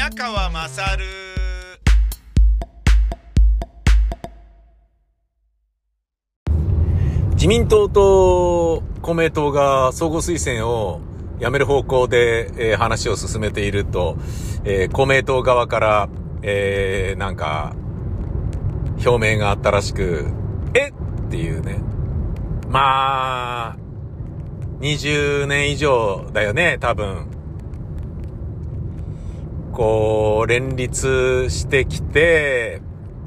宮川まさる。自民党と公明党が相互推薦をやめる方向で、話を進めていると、公明党側から、なんか表明があったらしく、っていうね。まあ20年以上だよね、多分。こう連立してきて、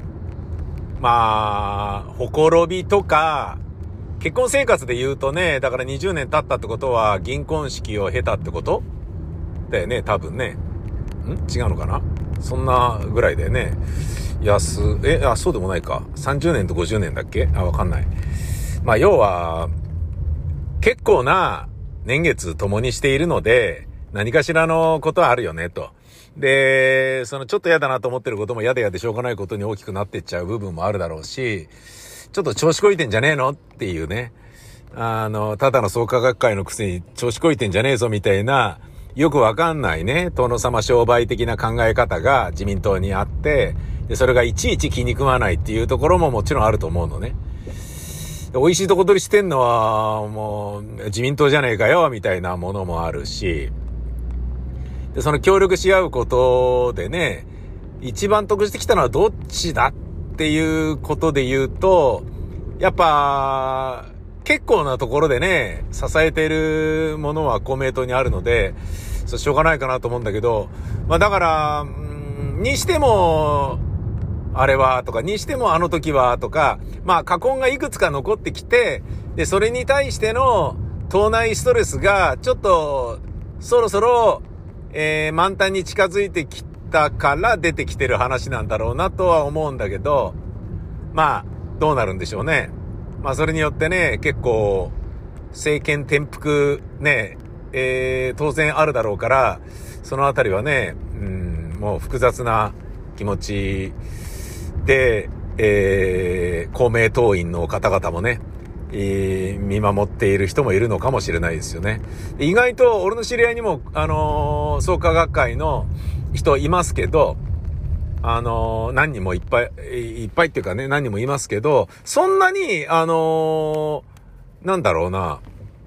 まあほころびとか結婚生活で言うとね、だから20年経ったってことは銀婚式を経たってことだよね、多分ね。違うのかな、そんなぐらいだよね。そうでもないか。30年と50年だっけ、わかんない。まあ要は結構な年月共にしているので、何かしらのことはあるよねと。で、そのちょっと嫌だなと思ってることも嫌でしょうがないことに大きくなっていっちゃう部分もあるだろうし、ちょっと調子こいてんじゃねえのっていうね。ただの創価学会のくせに調子こいてんじゃねえぞみたいな、よくわかんないね、殿様商売的な考え方が自民党にあって、で、それがいちいち気に食わないっていうところももちろんあると思うのね。美味しいとこ取りしてんのはもう自民党じゃねえかよみたいなものもあるし、でその協力し合うことでね、一番得してきたのはどっちだっていうことで言うと、やっぱ結構なところでね支えているものは公明党にあるので、しょうがないかなと思うんだけど、まあだからにしてもあれはとか、にしてもあの時はとか、まあ禍根がいくつか残ってきて、でそれに対しての党内ストレスがちょっとそろそろ、満タンに近づいてきたから出てきてる話なんだろうなとは思うんだけど、まあどうなるんでしょうね。まあそれによってね、結構政権転覆ね、当然あるだろうから、そのあたりはね、もう複雑な気持ちで、公明党員の方々もね、見守っている人もいるのかもしれないですよね。意外と俺の知り合いにも創価学会の人いますけど、何人もいっぱいっていうかね、何人もいますけど、そんなになんだろうな、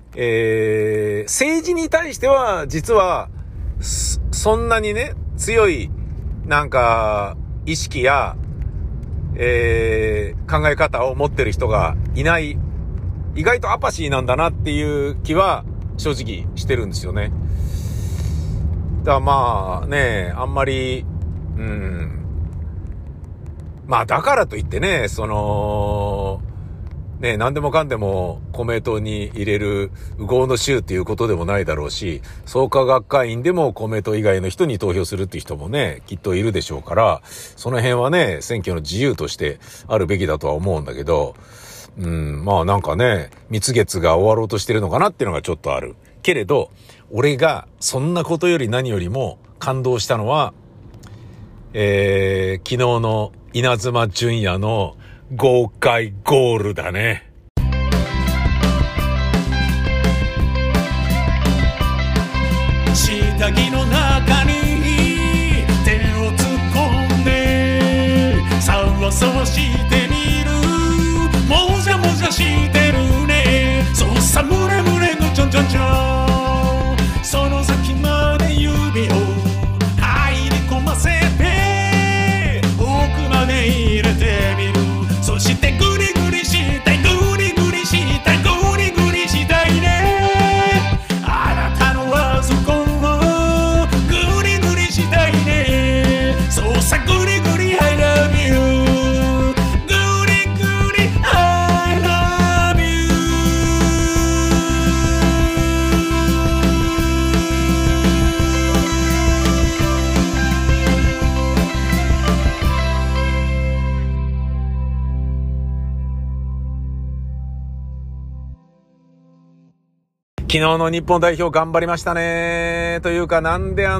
政治に対しては実はそんなにね強いなんか意識や、考え方を持ってる人がいない、意外とアパシーなんだなっていう気は正直してるんですよね。だからまあね、あんまりまあだからといってね、何でもかんでも公明党に入れる右往の衆っていうことでもないだろうし、創価学会員でも公明党以外の人に投票するっていう人もね、きっといるでしょうから、その辺はね、選挙の自由としてあるべきだとは思うんだけど、まあなんかね、蜜月が終わろうとしてるのかなっていうのがちょっとある。けれど、俺がそんなことより何よりも感動したのは、昨日の稲妻純也の豪快ゴールだね。 下着の中に手を突っ込んでさわさわしてみる、もじゃもじゃしてるね、そうさむれむれのちょんちょんちょん、その先まで指を入り込ませて奥まで入れてみる、そしてグリグリしたい、グリグリしたい、グリグリしたいね、あなたのあそこをグリグリしたいね、そうさグリグリ I love you、 グリグリ I love you。 昨日の日本代表頑張りましたね。というか、なんで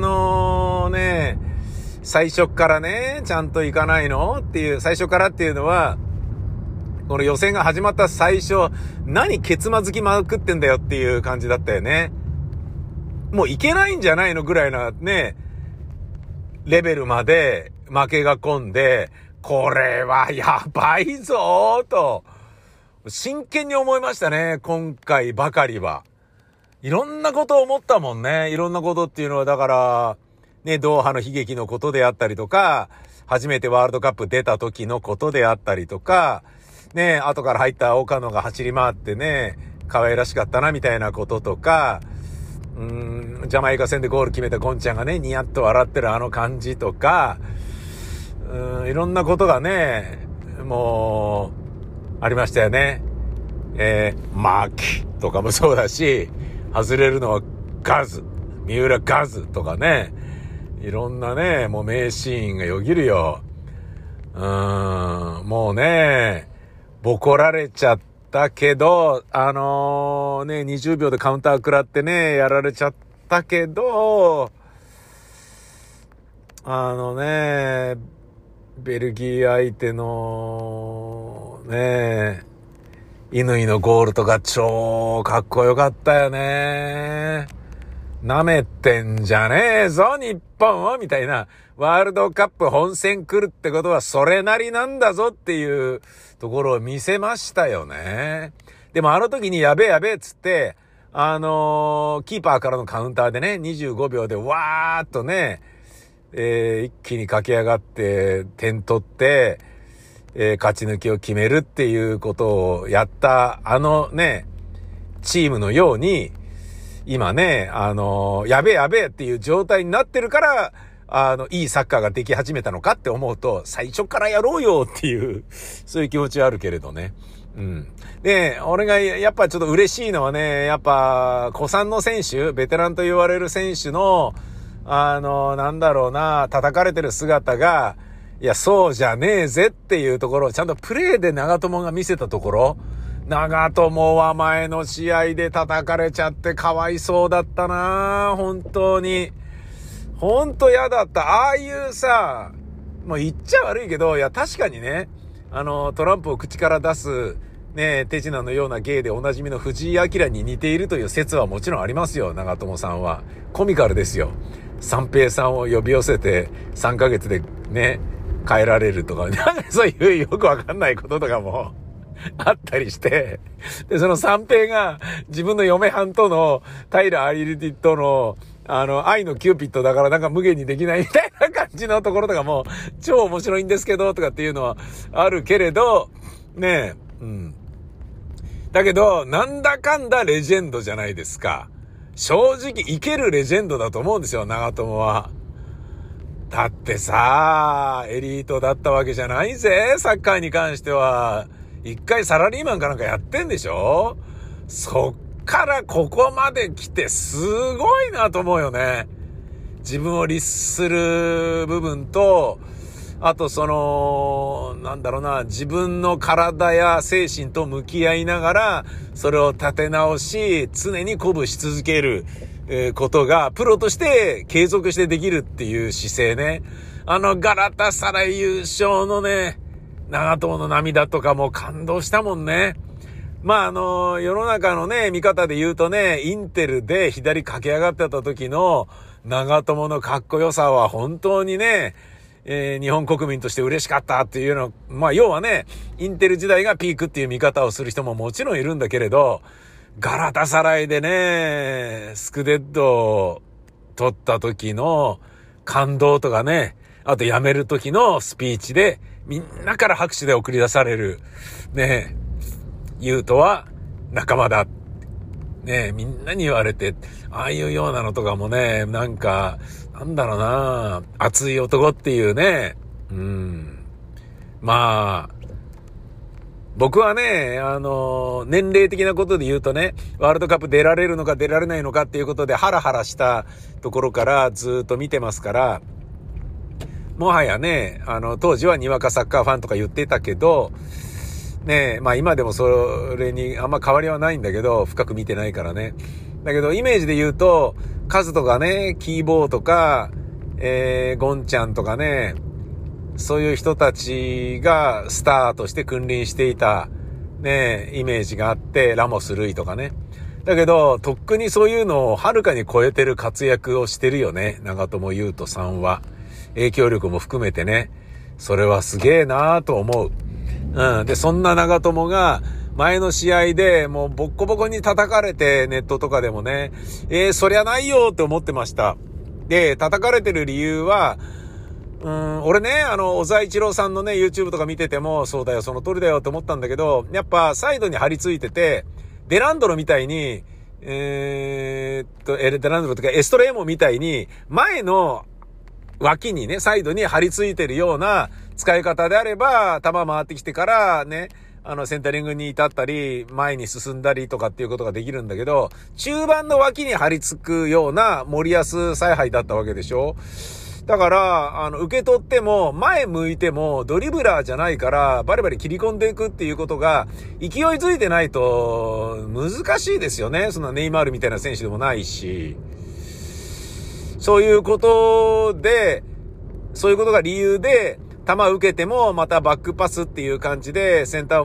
最初からね、ちゃんと行かないのっていう、最初からっていうのは、この予選が始まった最初、何ケツまずきまくってんだよっていう感じだったよね。もういけないんじゃないのぐらいなね、 レベルまで負けが込んで、これはやばいぞーと、真剣に思いましたね、今回ばかりは。いろんなことを思ったもんね。いろんなことっていうのは、だから、ね、ドーハの悲劇のことであったりとか、初めてワールドカップ出た時のことであったりとか、ね、後から入った岡野が走り回ってね、可愛らしかったなみたいなこととか、ジャマイカ戦でゴール決めたゴンちゃんがね、ニヤッと笑ってるあの感じとか、いろんなことがね、もう、ありましたよね。マーキとかもそうだし、外れるのはガズ、三浦ガズとかね、いろんなね、もう名シーンがよぎるよ。もうね、ボコられちゃったけど、20秒でカウンター食らってね、やられちゃったけど、ベルギー相手の、ね、乾のゴールとか超かっこよかったよね。舐めてんじゃねえぞ、日本をみたいな。ワールドカップ本戦来るってことはそれなりなんだぞっていうところを見せましたよね。でもあの時にやべえっつって、キーパーからのカウンターでね、25秒でわーっとね、一気に駆け上がって点取って、勝ち抜きを決めるっていうことをやったチームのように、今ね、やべえっていう状態になってるから、いいサッカーができ始めたのかって思うと、最初からやろうよっていう、そういう気持ちはあるけれどね。で、俺がやっぱちょっと嬉しいのはね、やっぱ、古参の選手、ベテランと言われる選手の、叩かれてる姿が、いや、そうじゃねえぜっていうところをちゃんとプレーで長友が見せたところ、長友は前の試合で叩かれちゃってかわいそうだったな、本当に。本当嫌だった。ああいうさ、もう言っちゃ悪いけど、いや確かにね、トランプを口から出す、ね、手品のような芸でおなじみの藤井明に似ているという説はもちろんありますよ、長友さんは。コミカルですよ。三平さんを呼び寄せて3ヶ月でね、変えられるとか、そういうよくわかんないこととかもあったりして、で、その三平が自分の嫁はんとのタイラー・アイリティとの愛のキューピッドだからなんか無限にできないみたいな感じのところとかも超面白いんですけどとかっていうのはあるけれど、ねえ、だけど、なんだかんだレジェンドじゃないですか。正直いけるレジェンドだと思うんですよ、長友は。だってさ、エリートだったわけじゃないぜ、サッカーに関しては。一回サラリーマンかなんかやってんでしょ？そっからここまで来てすごいなと思うよね。自分を律する部分と、あと自分の体や精神と向き合いながら、それを立て直し、常に鼓舞し続ける、ことが、プロとして継続してできるっていう姿勢ね。ガラタサライ優勝のね、長友の涙とかも感動したもんね。世の中のね、見方で言うとね、インテルで左駆け上がってた時の長友のかっこよさは本当にね、日本国民として嬉しかったっていうの、要はね、インテル時代がピークっていう見方をする人ももちろんいるんだけれど、ガラタサライでね、スクデッドを取った時の感動とかね、あと辞める時のスピーチで、みんなから拍手で送り出される、ね、ユウトは仲間だ。ね、みんなに言われて、ああいうようなのとかもね、熱い男っていうね、僕はね、年齢的なことで言うとね、ワールドカップ出られるのか出られないのかっていうことでハラハラしたところからずっと見てますから、もはやね、当時はにわかサッカーファンとか言ってたけど、ね、今でもそれにあんま変わりはないんだけど、深く見てないからね。だけどイメージで言うと、カズとかね、キーボーとか、ゴンちゃんとかね、そういう人たちがスターとして君臨していたね、イメージがあって、ラモス・ルイとかね。だけど、とっくにそういうのをはるかに超えてる活躍をしてるよね、長友佑都さんは。 影響力も含めてね、それはすげえなぁと思う。で、そんな長友が、前の試合でもうボッコボコに叩かれて、ネットとかでもね、そりゃないよって思ってました。で、叩かれてる理由は、俺ね、小沢一郎さんのね、YouTube とか見てても、そうだよ、その通りだよって思ったんだけど、やっぱサイドに張り付いてて、デランドロみたいに、デランドロとかエストレーモみたいに、前の脇にね、サイドに張り付いてるような使い方であれば、球回ってきてからね、センタリングに至ったり、前に進んだりとかっていうことができるんだけど、中盤の脇に張り付くような森保采配だったわけでしょ。だから、受け取っても、前向いても、ドリブラーじゃないから、バリバリ切り込んでいくっていうことが、勢いづいてないと、難しいですよね。そんなネイマールみたいな選手でもないし。そういうことで、そういうことが理由で、球受けてもまたバックパスっていう感じで、センター、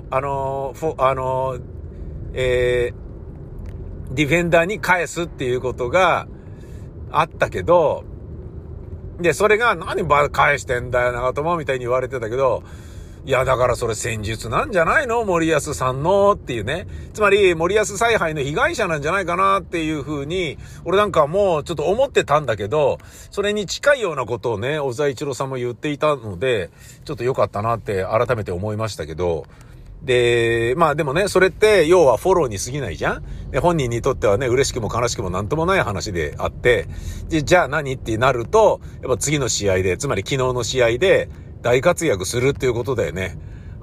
ディフェンダーに返すっていうことがあったけど、で、それが何返してんだよ、長友みたいに言われてたけど、いや、だからそれ戦術なんじゃないの森保さんのっていうね。つまり、森保采配の被害者なんじゃないかなっていう風に、俺なんかもうちょっと思ってたんだけど、それに近いようなことをね、小沢一郎さんも言っていたので、ちょっと良かったなって改めて思いましたけど、で、まあでもね、それって要はフォローに過ぎないじゃん。で、本人にとってはね、嬉しくも悲しくもなんともない話であって、で、じゃあ何ってなると、やっぱ次の試合で、つまり昨日の試合で大活躍するっていうことだよね。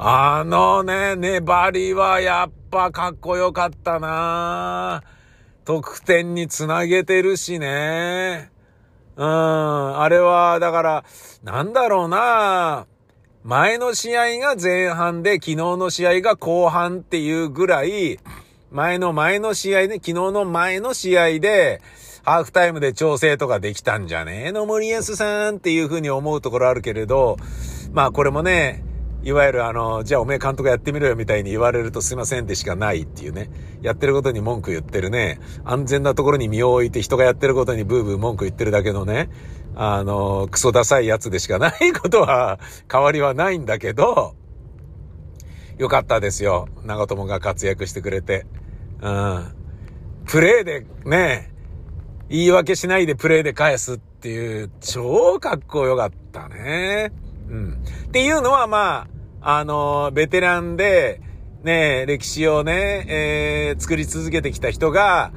粘りはやっぱかっこよかったな。得点につなげてるしね。あれは、だから、なんだろうな。前の試合が前半で、昨日の試合が後半っていうぐらい、前の試合で、昨日の前の試合で、ハーフタイムで調整とかできたんじゃねえの森保さんっていう風に思うところあるけれど、まあこれもね、いわゆるじゃあおめえ監督やってみろよみたいに言われるとすいませんでしかないっていうね。やってることに文句言ってるね。安全なところに身を置いて人がやってることにブーブー文句言ってるだけのね。クソダサいやつでしかないことは変わりはないんだけど、よかったですよ。長友が活躍してくれて。プレーでね、言い訳しないでプレーで返すっていう超かっこよかったね。っていうのはまあ、ベテランで、ね、歴史をね、作り続けてきた人が、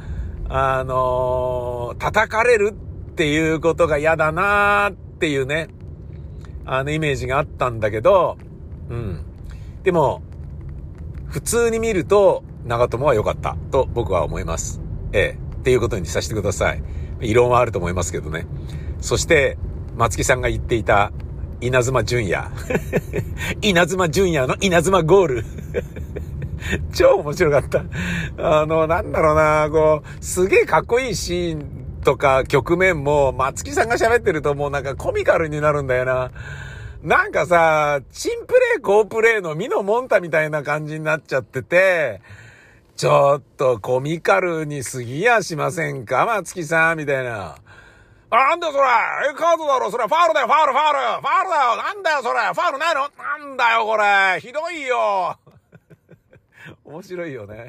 叩かれるっていうことが嫌だなーっていうね、イメージがあったんだけど、でも、普通に見ると、長友は良かったと僕は思います。っていうことにさせてください。異論はあると思いますけどね。そして、松木さんが言っていた、稲妻純也。稲妻純也の稲妻ゴール。超面白かった。なんだろうな、すげえかっこいいシーンとか局面も、松木さんが喋ってるともうなんかコミカルになるんだよな。なんかさ、チンプレー好プレーのミノモンタみたいな感じになっちゃってて、ちょっとコミカルに過ぎやしませんか、松木さんみたいな。なんだよそれ、カードだろ、それファールだよ、ファールだよ、なんだよそれ、ファールないの、なんだよこれ、ひどいよ。面白いよね。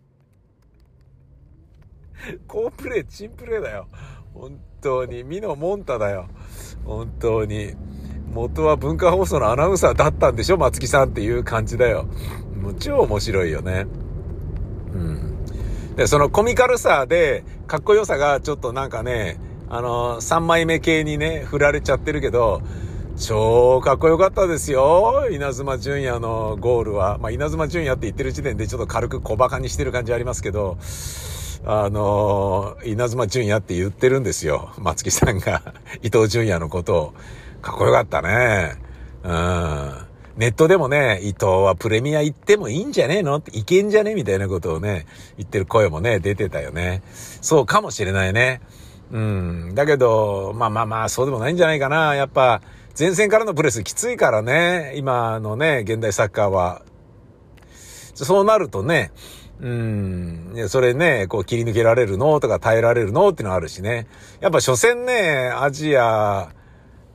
好プレー、チンプレーだよ。本当に、ミノモンタだよ。本当に。元は文化放送のアナウンサーだったんでしょ、松木さんっていう感じだよ。もう超面白いよね。で、そのコミカルさで、かっこよさがちょっとなんかね、3枚目系にね、振られちゃってるけど、超かっこよかったですよ。稲妻純也のゴールは。まあ、稲妻純也って言ってる時点でちょっと軽く小馬鹿にしてる感じありますけど、稲妻純也って言ってるんですよ。松木さんが伊藤純也のことを。かっこよかったね。ネットでもね、伊藤はプレミア行ってもいいんじゃねえのって、いけんじゃねみたいなことをね、言ってる声もね、出てたよね。そうかもしれないね。だけど、まあ、そうでもないんじゃないかな。やっぱ、前線からのプレスきついからね、今のね、現代サッカーは。そうなるとね、それね、切り抜けられるのとか耐えられるのっていうのがあるしね。やっぱ所詮ね、アジア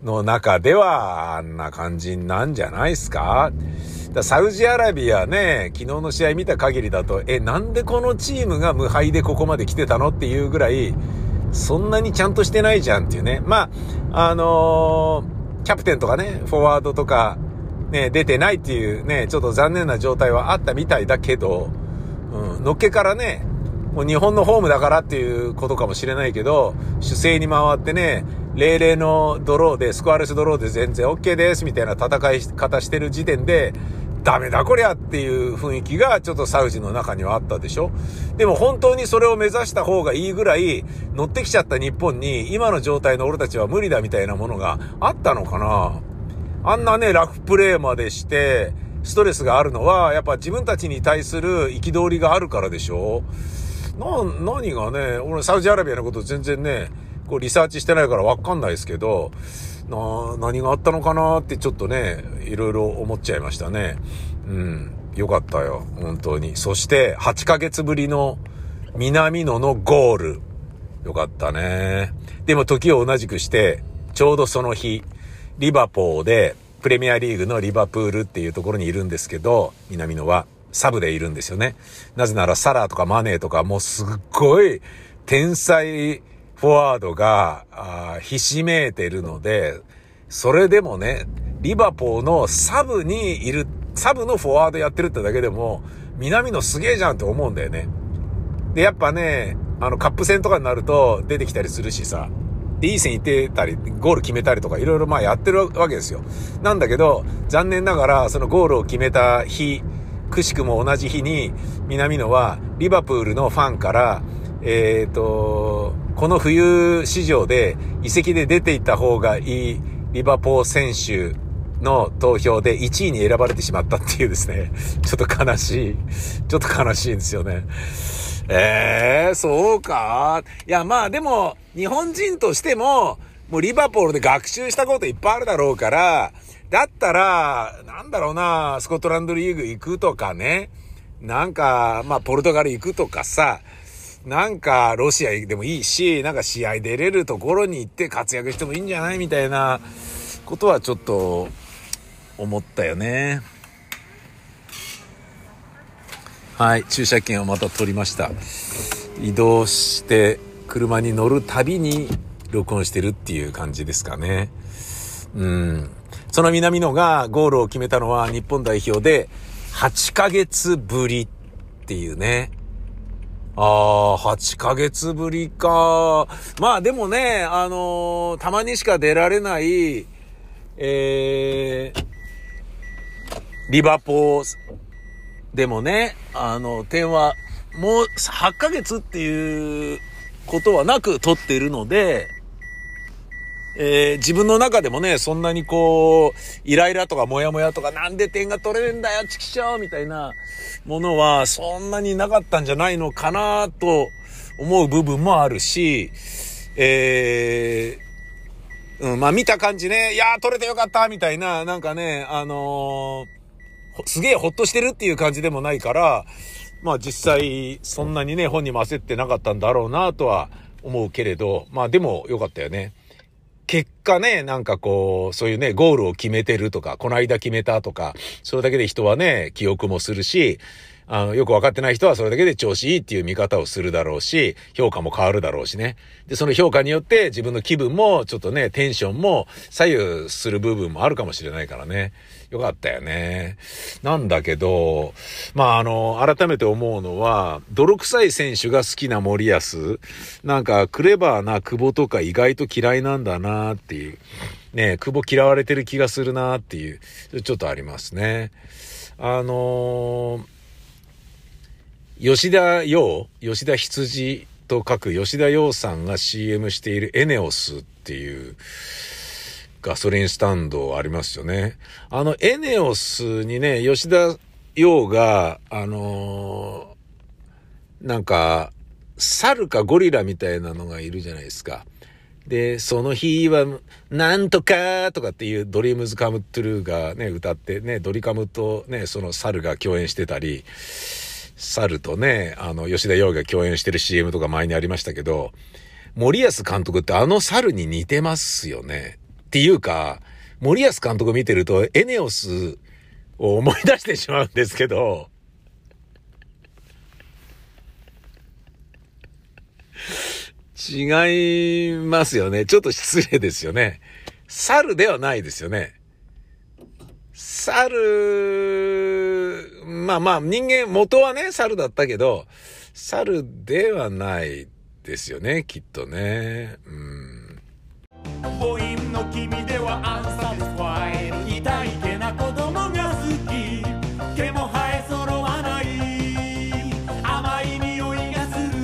の中ではあんな感じなんじゃないですか。サウジアラビアね、昨日の試合見た限りだと、なんでこのチームが無敗でここまで来てたのっていうぐらい、そんなにちゃんとしてないじゃんっていうね。まあ、キャプテンとかね、フォワードとか、ね、出てないっていうね、ちょっと残念な状態はあったみたいだけど、のっけからね、もう日本のホームだからっていうことかもしれないけど、主勢に回ってね、0-0のドローで、スコアレスドローで全然 OK ですみたいな戦い方してる時点で、ダメだこりゃっていう雰囲気がちょっとサウジの中にはあったでしょ。でも本当にそれを目指した方がいいぐらい乗ってきちゃった日本に今の状態の俺たちは無理だみたいなものがあったのかな。あんなね、ラフプレーまでしてストレスがあるのはやっぱ自分たちに対する憤りがあるからでしょ。何がね、俺サウジアラビアのこと全然ね、こうリサーチしてないからわかんないですけど、何があったのかなってちょっとね、いろいろ思っちゃいましたね。よかったよ、本当に。そして8ヶ月ぶりの南野のゴール。よかったね。でも時を同じくして、ちょうどその日、リバポーでプレミアリーグのリバプールっていうところにいるんですけど、南野はサブでいるんですよね。なぜならサラーとかマネーとかもうすっごい天才フォワードがひしめいてるので、それでもね、リバポーのサブにいる、サブのフォワードやってるってだけでも南野すげえじゃんって思うんだよね。でやっぱね、カップ戦とかになると出てきたりするしさ、でいい線いってたりゴール決めたりとかいろいろやってるわけですよ。なんだけど残念ながらそのゴールを決めた日、くしくも同じ日に南野はリバプールのファンからこの冬市場で移籍で出ていった方がいいリバポー選手の投票で1位に選ばれてしまったっていうですね、ちょっと悲しいんですよね。そうか。いやまあでも日本人としてももうリバポールで学習したこといっぱいあるだろうから、だったらなんだろうな、スコットランドリーグ行くとかね、なんかポルトガル行くとかさ、なんかロシアでもいいし、なんか試合出れるところに行って活躍してもいいんじゃないみたいなことはちょっと思ったよね。はい、駐車券をまた取りました。移動して車に乗るたびに録音してるっていう感じですかね。その南野がゴールを決めたのは日本代表で8ヶ月ぶりっていうね。8ヶ月ぶりか。まあでもね、たまにしか出られない、リバポーでもね、点はもう8ヶ月っていうことはなく取っているので、自分の中でもね、そんなにこうイライラとかモヤモヤとか、なんで点が取れるんだよチキショーみたいなものはそんなになかったんじゃないのかなと思う部分もあるし、見た感じね、いやー取れてよかったみたいな、なんかね、すげえほっとしてるっていう感じでもないから、実際そんなにね本人も焦ってなかったんだろうなとは思うけれど、でもよかったよね。結果ね、なんかこうそういうねゴールを決めてるとか、この間決めたとか、それだけで人はね記憶もするし、よく分かってない人はそれだけで調子いいっていう見方をするだろうし、評価も変わるだろうしね。でその評価によって自分の気分もちょっとねテンションも左右する部分もあるかもしれないからね。よかったよね。なんだけど、改めて思うのは、泥臭い選手が好きな森保、なんかクレバーな久保とか意外と嫌いなんだなっていう。ね、久保嫌われてる気がするなっていう、ちょっとありますね。吉田羊と書く吉田羊さんが CM しているエネオスっていうガソリンスタンドありますよね。エネオスにね、吉田羊がなんか猿かゴリラみたいなのがいるじゃないですか。でその日はなんとかとかっていうドリームズカムトゥルーがね歌ってね、ドリカムとねその猿が共演してたり、猿とね吉田羊が共演してる CM とか前にありましたけど、森保監督って猿に似てますよね。 っていうか、森保監督見てるとエネオスを思い出してしまうんですけど、違いますよね。ちょっと失礼ですよね。猿ではないですよね。猿、まあまあ人間元はね、猿だったけど、猿ではないですよね、きっとね。 母音の君ではアンサティスファイル、痛いけな子供が好き、毛も生え揃わない甘い匂いがする。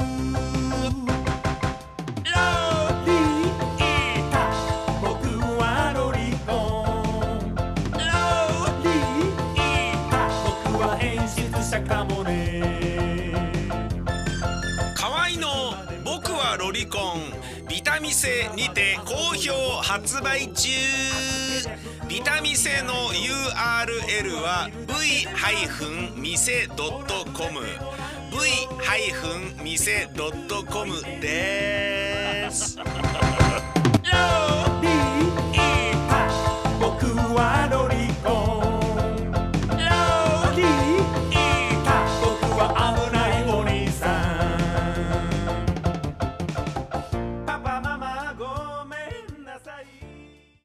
ロリータ、僕はロリコン。ロリータ、僕は演出者かもね。 河合の僕はロリコン、ビタミセにて好評発売中。ビタミセの URL は v-mise.com v-mise.com です。